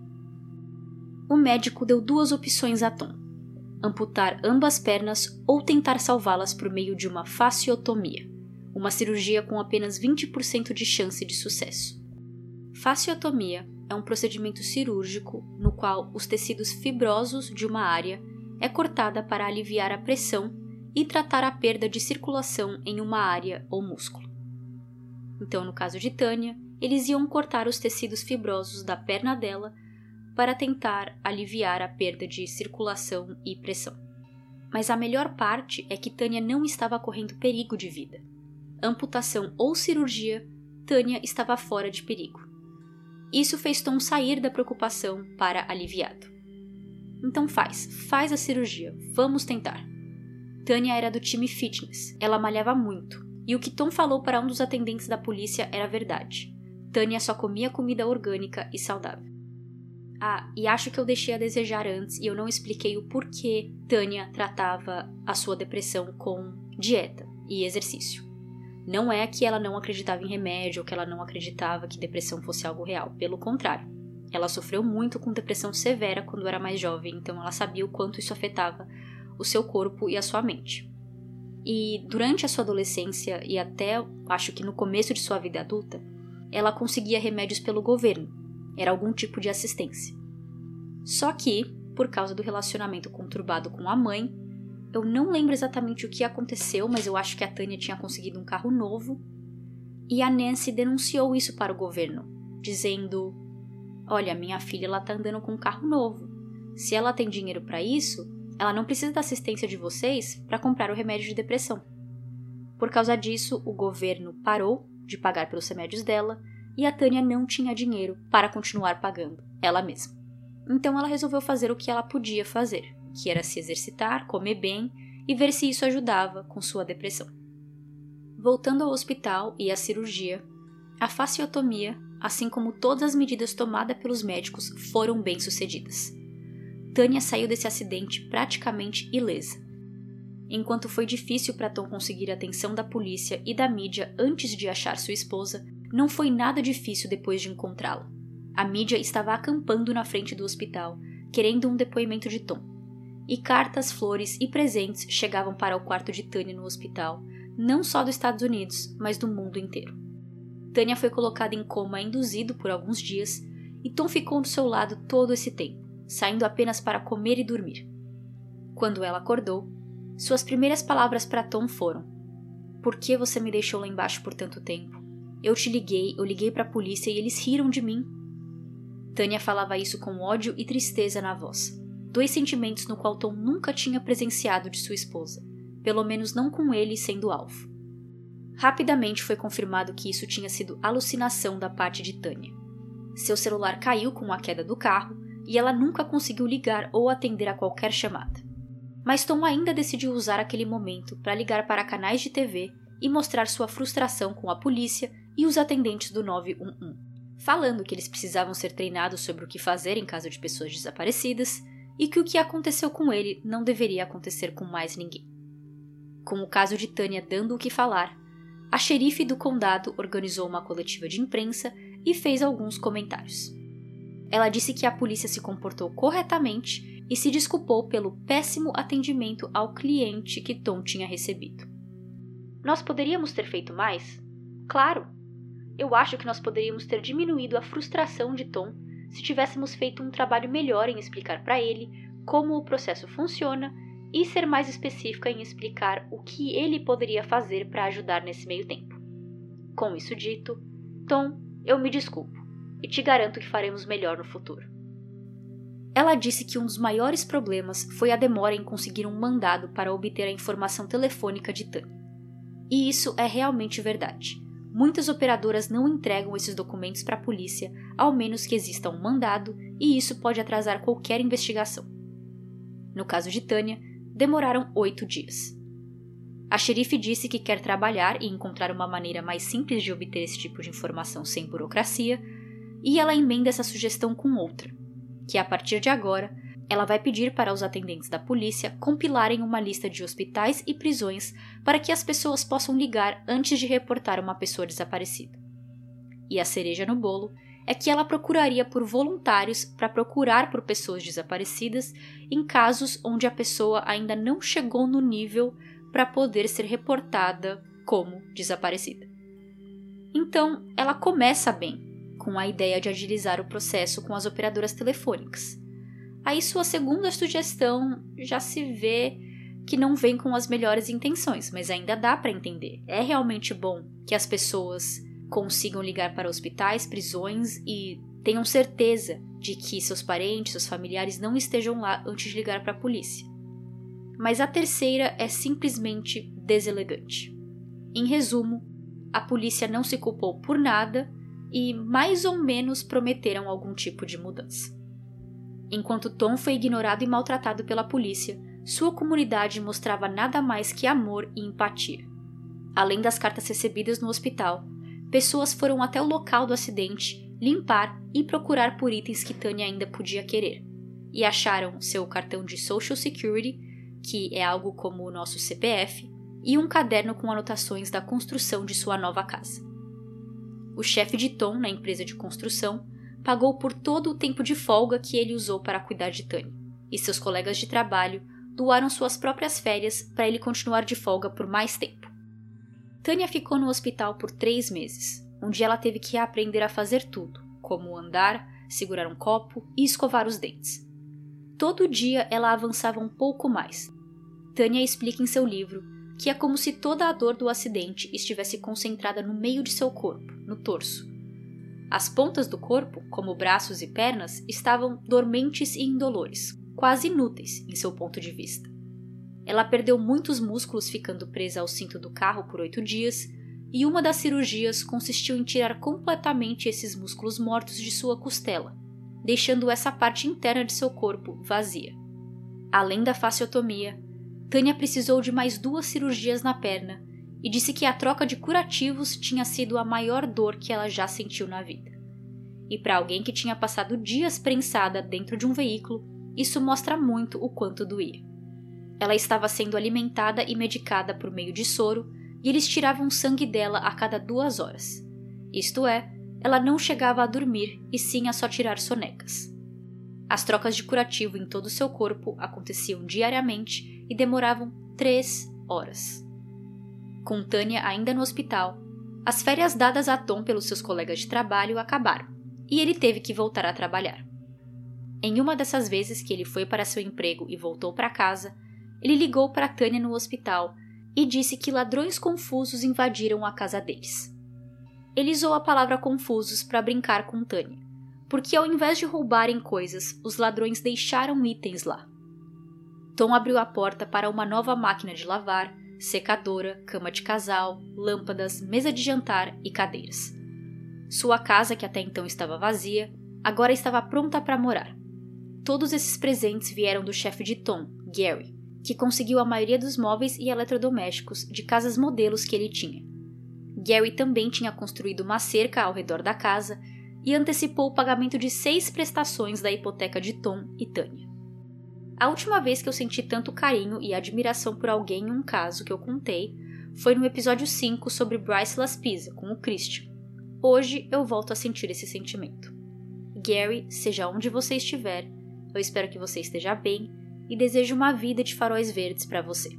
O médico deu duas opções a Tom: amputar ambas pernas ou tentar salvá-las por meio de uma fasciotomia, uma cirurgia com apenas vinte por cento de chance de sucesso. Fasciotomia é um procedimento cirúrgico no qual os tecidos fibrosos de uma área é cortada para aliviar a pressão e tratar a perda de circulação em uma área ou músculo. Então, no caso de Tânia, eles iam cortar os tecidos fibrosos da perna dela para tentar aliviar a perda de circulação e pressão. Mas a melhor parte é que Tânia não estava correndo perigo de vida. Amputação ou cirurgia, Tânia estava fora de perigo. Isso fez Tom sair da preocupação para aliviado. Então faz, faz a cirurgia, vamos tentar. Tânia era do time fitness, ela malhava muito, e o que Tom falou para um dos atendentes da polícia era verdade. Tânia só comia comida orgânica e saudável. Ah, e acho que eu deixei a desejar antes e eu não expliquei o porquê Tânia tratava a sua depressão com dieta e exercício. Não é que ela não acreditava em remédio ou que ela não acreditava que depressão fosse algo real. Pelo contrário, ela sofreu muito com depressão severa quando era mais jovem, então ela sabia o quanto isso afetava o seu corpo e a sua mente. E durante a sua adolescência e até, acho que no começo de sua vida adulta, ela conseguia remédios pelo governo. Era algum tipo de assistência. Só que, por causa do relacionamento conturbado com a mãe, eu não lembro exatamente o que aconteceu, mas eu acho que a Tânia tinha conseguido um carro novo, e a Nancy denunciou isso para o governo, dizendo: olha, minha filha ela tá andando com um carro novo. Se ela tem dinheiro para isso, ela não precisa da assistência de vocês para comprar o remédio de depressão. Por causa disso, o governo parou de pagar pelos remédios dela, e a Tânia não tinha dinheiro para continuar pagando, ela mesma. Então ela resolveu fazer o que ela podia fazer, que era se exercitar, comer bem e ver se isso ajudava com sua depressão. Voltando ao hospital e à cirurgia, a fasciotomia, assim como todas as medidas tomadas pelos médicos, foram bem-sucedidas. Tânia saiu desse acidente praticamente ilesa. Enquanto foi difícil para Tom conseguir a atenção da polícia e da mídia antes de achar sua esposa, não foi nada difícil depois de encontrá-la. A mídia estava acampando na frente do hospital, querendo um depoimento de Tom. E cartas, flores e presentes chegavam para o quarto de Tânia no hospital, não só dos Estados Unidos, mas do mundo inteiro. Tânia foi colocada em coma induzido por alguns dias e Tom ficou do seu lado todo esse tempo, saindo apenas para comer e dormir. Quando ela acordou, suas primeiras palavras para Tom foram: por que você me deixou lá embaixo por tanto tempo? Eu te liguei, eu liguei para a polícia e eles riram de mim. Tânia falava isso com ódio e tristeza na voz. Dois sentimentos no qual Tom nunca tinha presenciado de sua esposa, pelo menos não com ele sendo alvo. Rapidamente foi confirmado que isso tinha sido alucinação da parte de Tânia. Seu celular caiu com a queda do carro e ela nunca conseguiu ligar ou atender a qualquer chamada. Mas Tom ainda decidiu usar aquele momento para ligar para canais de T V e mostrar sua frustração com a polícia e os atendentes do nove um um, falando que eles precisavam ser treinados sobre o que fazer em caso de pessoas desaparecidas e que o que aconteceu com ele não deveria acontecer com mais ninguém. Com o caso de Tânia dando o que falar, a xerife do condado organizou uma coletiva de imprensa e fez alguns comentários. Ela disse que a polícia se comportou corretamente e se desculpou pelo péssimo atendimento ao cliente que Tom tinha recebido. Nós poderíamos ter feito mais? Claro! Eu acho que nós poderíamos ter diminuído a frustração de Tom se tivéssemos feito um trabalho melhor em explicar para ele como o processo funciona e ser mais específica em explicar o que ele poderia fazer para ajudar nesse meio tempo. Com isso dito, Tom, eu me desculpo e te garanto que faremos melhor no futuro. Ela disse que um dos maiores problemas foi a demora em conseguir um mandado para obter a informação telefônica de Tânia. E isso é realmente verdade. Muitas operadoras não entregam esses documentos para a polícia, ao menos que exista um mandado, e isso pode atrasar qualquer investigação. No caso de Tânia, demoraram oito dias. A xerife disse que quer trabalhar e encontrar uma maneira mais simples de obter esse tipo de informação sem burocracia, e ela emenda essa sugestão com outra, que a partir de agora, ela vai pedir para os atendentes da polícia compilarem uma lista de hospitais e prisões para que as pessoas possam ligar antes de reportar uma pessoa desaparecida. E a cereja no bolo é que ela procuraria por voluntários para procurar por pessoas desaparecidas em casos onde a pessoa ainda não chegou no nível para poder ser reportada como desaparecida. Então, ela começa bem, com a ideia de agilizar o processo com as operadoras telefônicas. Aí sua segunda sugestão já se vê que não vem com as melhores intenções, mas ainda dá para entender. É realmente bom que as pessoas consigam ligar para hospitais, prisões e tenham certeza de que seus parentes, seus familiares não estejam lá antes de ligar para a polícia. Mas a terceira é simplesmente deselegante. Em resumo, a polícia não se culpou por nada e mais ou menos prometeram algum tipo de mudança. Enquanto Tom foi ignorado e maltratado pela polícia, sua comunidade mostrava nada mais que amor e empatia. Além das cartas recebidas no hospital, pessoas foram até o local do acidente limpar e procurar por itens que Tânia ainda podia querer, e acharam seu cartão de Social Security, que é algo como o nosso C P F, e um caderno com anotações da construção de sua nova casa. O chefe de Tom na empresa de construção pagou por todo o tempo de folga que ele usou para cuidar de Tânia, e seus colegas de trabalho doaram suas próprias férias para ele continuar de folga por mais tempo. Tânia ficou no hospital por três meses, onde ela teve que aprender a fazer tudo, como andar, segurar um copo e escovar os dentes. Todo dia ela avançava um pouco mais. Tânia explica em seu livro que é como se toda a dor do acidente estivesse concentrada no meio de seu corpo, no torso. As pontas do corpo, como braços e pernas, estavam dormentes e indolores, quase inúteis em seu ponto de vista. Ela perdeu muitos músculos ficando presa ao cinto do carro por oito dias, e uma das cirurgias consistiu em tirar completamente esses músculos mortos de sua costela, deixando essa parte interna de seu corpo vazia. Além da fasciotomia, Tânia precisou de mais duas cirurgias na perna e disse que a troca de curativos tinha sido a maior dor que ela já sentiu na vida. E para alguém que tinha passado dias prensada dentro de um veículo, isso mostra muito o quanto doía. Ela estava sendo alimentada e medicada por meio de soro e eles tiravam sangue dela a cada duas horas. Isto é, ela não chegava a dormir e sim a só tirar sonecas. As trocas de curativo em todo o seu corpo aconteciam diariamente e demoravam três horas. Com Tânia ainda no hospital, as férias dadas a Tom pelos seus colegas de trabalho acabaram e ele teve que voltar a trabalhar. Em uma dessas vezes que ele foi para seu emprego e voltou para casa, ele ligou para Tânia no hospital e disse que ladrões confusos invadiram a casa deles. Ele usou a palavra confusos para brincar com Tânia, porque ao invés de roubarem coisas, os ladrões deixaram itens lá. Tom abriu a porta para uma nova máquina de lavar, secadora, cama de casal, lâmpadas, mesa de jantar e cadeiras. Sua casa, que até então estava vazia, agora estava pronta para morar. Todos esses presentes vieram do chefe de Tom, Gary, que conseguiu a maioria dos móveis e eletrodomésticos de casas modelos que ele tinha. Gary também tinha construído uma cerca ao redor da casa e antecipou o pagamento de seis prestações da hipoteca de Tom e Tânia. A última vez que eu senti tanto carinho e admiração por alguém em um caso que eu contei foi no episódio cinco sobre Bryce Laspisa, com o Christian. Hoje eu volto a sentir esse sentimento. Gary, seja onde você estiver, eu espero que você esteja bem e desejo uma vida de faróis verdes para você.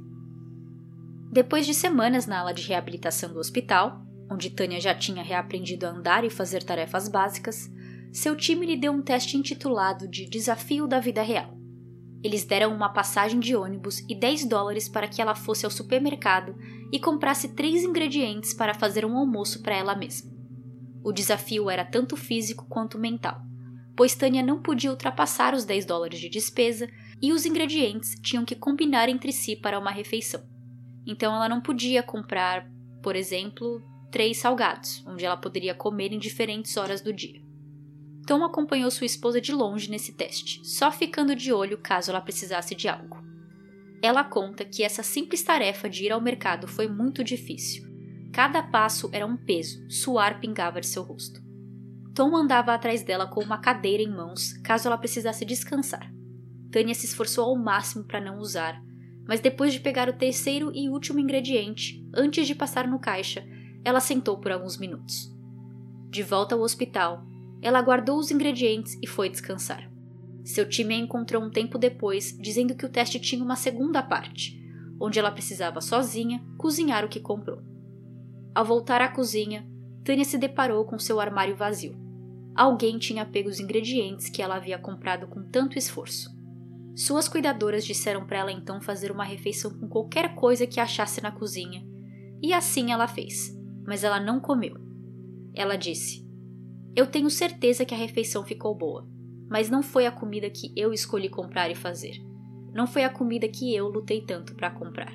Depois de semanas na ala de reabilitação do hospital, onde Tânia já tinha reaprendido a andar e fazer tarefas básicas, seu time lhe deu um teste intitulado de Desafio da Vida Real. Eles deram uma passagem de ônibus e dez dólares para que ela fosse ao supermercado e comprasse três ingredientes para fazer um almoço para ela mesma. O desafio era tanto físico quanto mental, pois Tânia não podia ultrapassar os dez dólares de despesa e os ingredientes tinham que combinar entre si para uma refeição. Então ela não podia comprar, por exemplo, três salgados, onde ela poderia comer em diferentes horas do dia. Tom acompanhou sua esposa de longe nesse teste, só ficando de olho caso ela precisasse de algo. Ela conta que essa simples tarefa de ir ao mercado foi muito difícil. Cada passo era um peso, suor pingava de seu rosto. Tom andava atrás dela com uma cadeira em mãos, caso ela precisasse descansar. Tânia se esforçou ao máximo para não usar, mas depois de pegar o terceiro e último ingrediente, antes de passar no caixa, ela sentou por alguns minutos. De volta ao hospital, ela guardou os ingredientes e foi descansar. Seu time a encontrou um tempo depois, dizendo que o teste tinha uma segunda parte, onde ela precisava sozinha cozinhar o que comprou. Ao voltar à cozinha, Tânia se deparou com seu armário vazio. Alguém tinha pego os ingredientes que ela havia comprado com tanto esforço. Suas cuidadoras disseram para ela então fazer uma refeição com qualquer coisa que achasse na cozinha, e assim ela fez, mas ela não comeu. Ela disse: "Eu tenho certeza que a refeição ficou boa, mas não foi a comida que eu escolhi comprar e fazer. Não foi a comida que eu lutei tanto para comprar."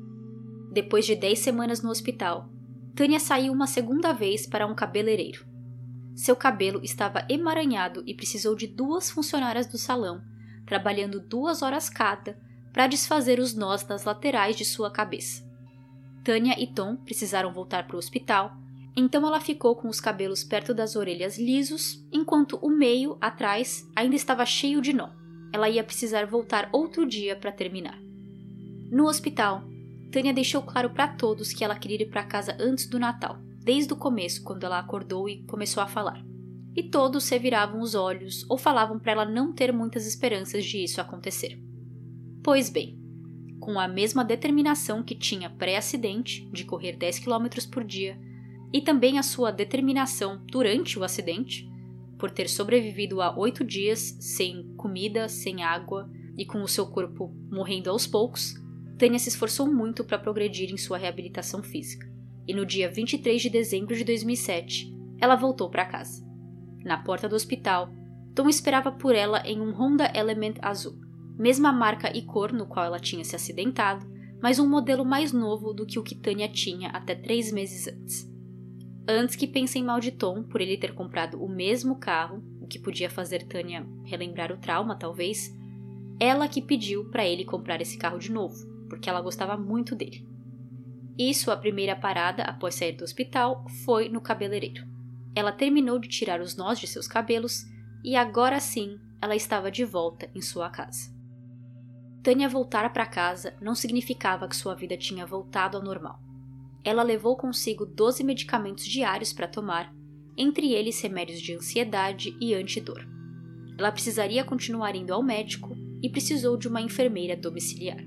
Depois de dez semanas no hospital, Tânia saiu uma segunda vez para um cabeleireiro. Seu cabelo estava emaranhado e precisou de duas funcionárias do salão, trabalhando duas horas cada para desfazer os nós nas laterais de sua cabeça. Tânia e Tom precisaram voltar para o hospital, então ela ficou com os cabelos perto das orelhas lisos, enquanto o meio, atrás, ainda estava cheio de nó. Ela ia precisar voltar outro dia para terminar. No hospital, Tânia deixou claro para todos que ela queria ir para casa antes do Natal, desde o começo, quando ela acordou e começou a falar. E todos se viravam os olhos ou falavam para ela não ter muitas esperanças de isso acontecer. Pois bem, com a mesma determinação que tinha pré-acidente, de correr dez quilômetros por dia, e também a sua determinação durante o acidente, por ter sobrevivido a oito dias sem comida, sem água e com o seu corpo morrendo aos poucos, Tânia se esforçou muito para progredir em sua reabilitação física. E no dia vinte e três de dezembro de dois mil e sete, ela voltou para casa. Na porta do hospital, Tom esperava por ela em um Honda Element azul, mesma marca e cor no qual ela tinha se acidentado, mas um modelo mais novo do que o que Tânia tinha até três meses antes. Antes que pensem mal de Tom por ele ter comprado o mesmo carro, o que podia fazer Tânia relembrar o trauma, talvez, ela que pediu para ele comprar esse carro de novo, porque ela gostava muito dele. E sua primeira parada após sair do hospital foi no cabeleireiro. Ela terminou de tirar os nós de seus cabelos e agora sim ela estava de volta em sua casa. Tânia voltar para casa não significava que sua vida tinha voltado ao normal. Ela levou consigo doze medicamentos diários para tomar, entre eles remédios de ansiedade e antidor. Ela precisaria continuar indo ao médico e precisou de uma enfermeira domiciliar.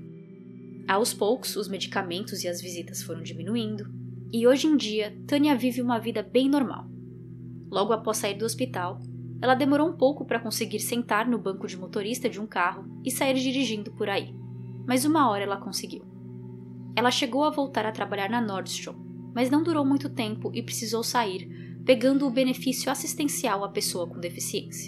Aos poucos, os medicamentos e as visitas foram diminuindo, e hoje em dia, Tânia vive uma vida bem normal. Logo após sair do hospital, ela demorou um pouco para conseguir sentar no banco de motorista de um carro e sair dirigindo por aí, mas uma hora ela conseguiu. Ela chegou a voltar a trabalhar na Nordstrom, mas não durou muito tempo e precisou sair, pegando o benefício assistencial à pessoa com deficiência.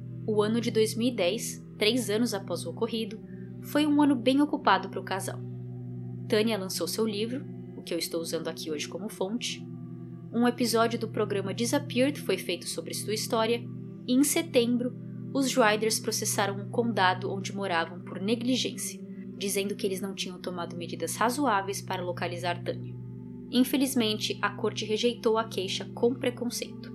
O ano de dois mil e dez, três anos após o ocorrido, foi um ano bem ocupado para o casal. Tânia lançou seu livro, o que eu estou usando aqui hoje como fonte. Um episódio do programa Disappeared foi feito sobre sua história, e em setembro, os Ryders processaram um condado onde moravam por negligência, dizendo que eles não tinham tomado medidas razoáveis para localizar Tânia. Infelizmente, a corte rejeitou a queixa com preconceito.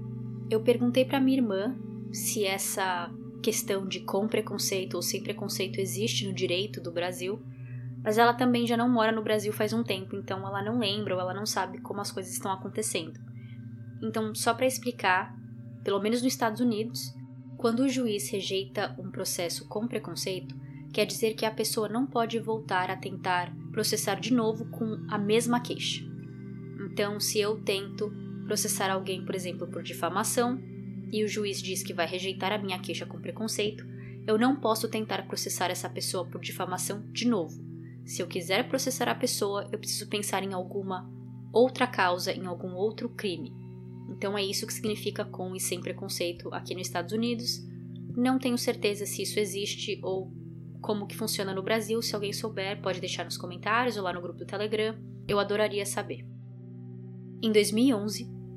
Eu perguntei para minha irmã se essa questão de com preconceito ou sem preconceito existe no direito do Brasil, mas ela também já não mora no Brasil faz um tempo, então ela não lembra ou ela não sabe como as coisas estão acontecendo. Então, só para explicar, pelo menos nos Estados Unidos, quando o juiz rejeita um processo com preconceito, quer dizer que a pessoa não pode voltar a tentar processar de novo com a mesma queixa. Então, se eu tento processar alguém, por exemplo, por difamação, e o juiz diz que vai rejeitar a minha queixa com preconceito, eu não posso tentar processar essa pessoa por difamação de novo. Se eu quiser processar a pessoa, eu preciso pensar em alguma outra causa, em algum outro crime. Então é isso que significa com e sem preconceito aqui nos Estados Unidos. Não tenho certeza se isso existe ou como que funciona no Brasil. Se alguém souber, pode deixar nos comentários ou lá no grupo do Telegram. Eu adoraria saber. Em dois mil e onze,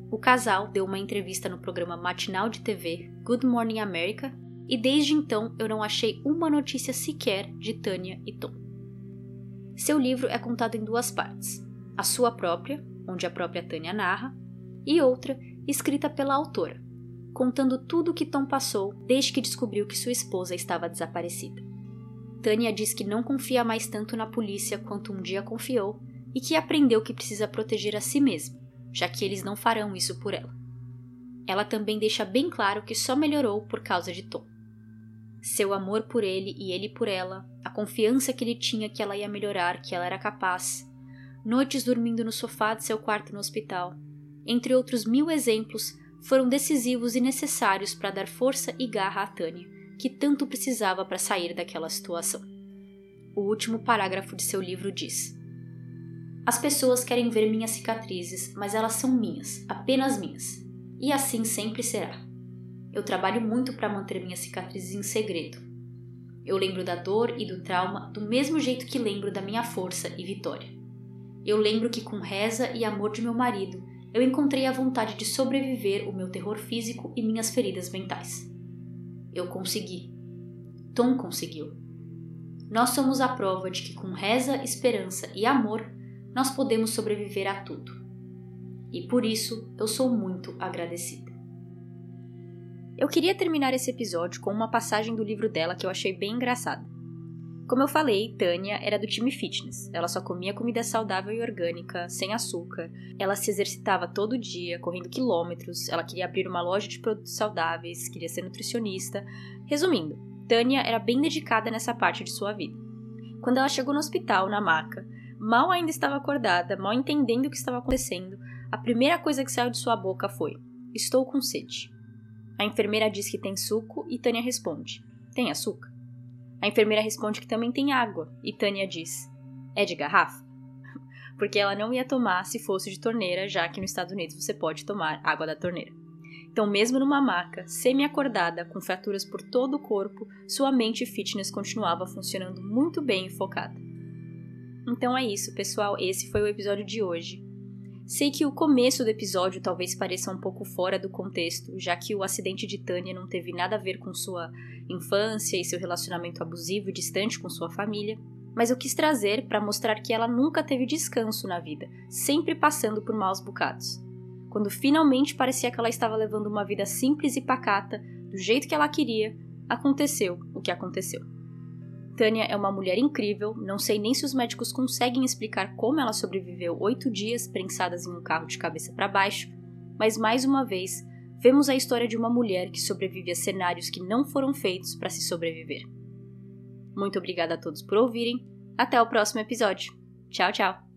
O casal deu uma entrevista no programa matinal de T V Good Morning America e desde então eu não achei uma notícia sequer de Tanya e Tom. Seu livro é contado em duas partes, a sua própria, onde a própria Tanya narra, e outra escrita pela autora, contando tudo o que Tom passou desde que descobriu que sua esposa estava desaparecida. Tanya diz que não confia mais tanto na polícia quanto um dia confiou e que aprendeu que precisa proteger a si mesma, já que eles não farão isso por ela. Ela também deixa bem claro que só melhorou por causa de Tom. Seu amor por ele e ele por ela, a confiança que ele tinha que ela ia melhorar, que ela era capaz, noites dormindo no sofá de seu quarto no hospital, entre outros mil exemplos, foram decisivos e necessários para dar força e garra a Tanya, que tanto precisava para sair daquela situação. O último parágrafo de seu livro diz: As pessoas querem ver minhas cicatrizes, mas elas são minhas, apenas minhas. E assim sempre será. Eu trabalho muito para manter minhas cicatrizes em segredo. Eu lembro da dor e do trauma do mesmo jeito que lembro da minha força e vitória. Eu lembro que com reza e amor de meu marido, eu encontrei a vontade de sobreviver o meu terror físico e minhas feridas mentais. Eu consegui. Tom conseguiu. Nós somos a prova de que com reza, esperança e amor, nós podemos sobreviver a tudo. E por isso eu sou muito agradecida. Eu queria terminar esse episódio com uma passagem do livro dela que eu achei bem engraçada. Como eu falei, Tanya era do time fitness. Ela só comia comida saudável e orgânica, sem açúcar. Ela se exercitava todo dia, correndo quilômetros. Ela queria abrir uma loja de produtos saudáveis, queria ser nutricionista. Resumindo, Tanya era bem dedicada nessa parte de sua vida. Quando ela chegou no hospital, na maca, mal ainda estava acordada, mal entendendo o que estava acontecendo, a primeira coisa que saiu de sua boca foi: "Estou com sede." A enfermeira diz que tem suco e Tanya responde: "Tem açúcar?" A enfermeira responde que também tem água e Tanya diz: "É de garrafa?" Porque ela não ia tomar se fosse de torneira, já que nos Estados Unidos você pode tomar água da torneira. Então, mesmo numa maca, semi-acordada, com fraturas por todo o corpo, sua mente fitness continuava funcionando muito bem e focada. Então é isso, pessoal, esse foi o episódio de hoje. Sei que o começo do episódio talvez pareça um pouco fora do contexto, já que o acidente de Tanya não teve nada a ver com sua infância e seu relacionamento abusivo e distante com sua família, mas eu quis trazer para mostrar que ela nunca teve descanso na vida, sempre passando por maus bocados. Quando finalmente parecia que ela estava levando uma vida simples e pacata, do jeito que ela queria, aconteceu o que aconteceu. Tanya é uma mulher incrível, não sei nem se os médicos conseguem explicar como ela sobreviveu oito dias prensadas em um carro de cabeça para baixo, mas mais uma vez, vemos a história de uma mulher que sobrevive a cenários que não foram feitos para se sobreviver. Muito obrigada a todos por ouvirem, até o próximo episódio. Tchau, tchau!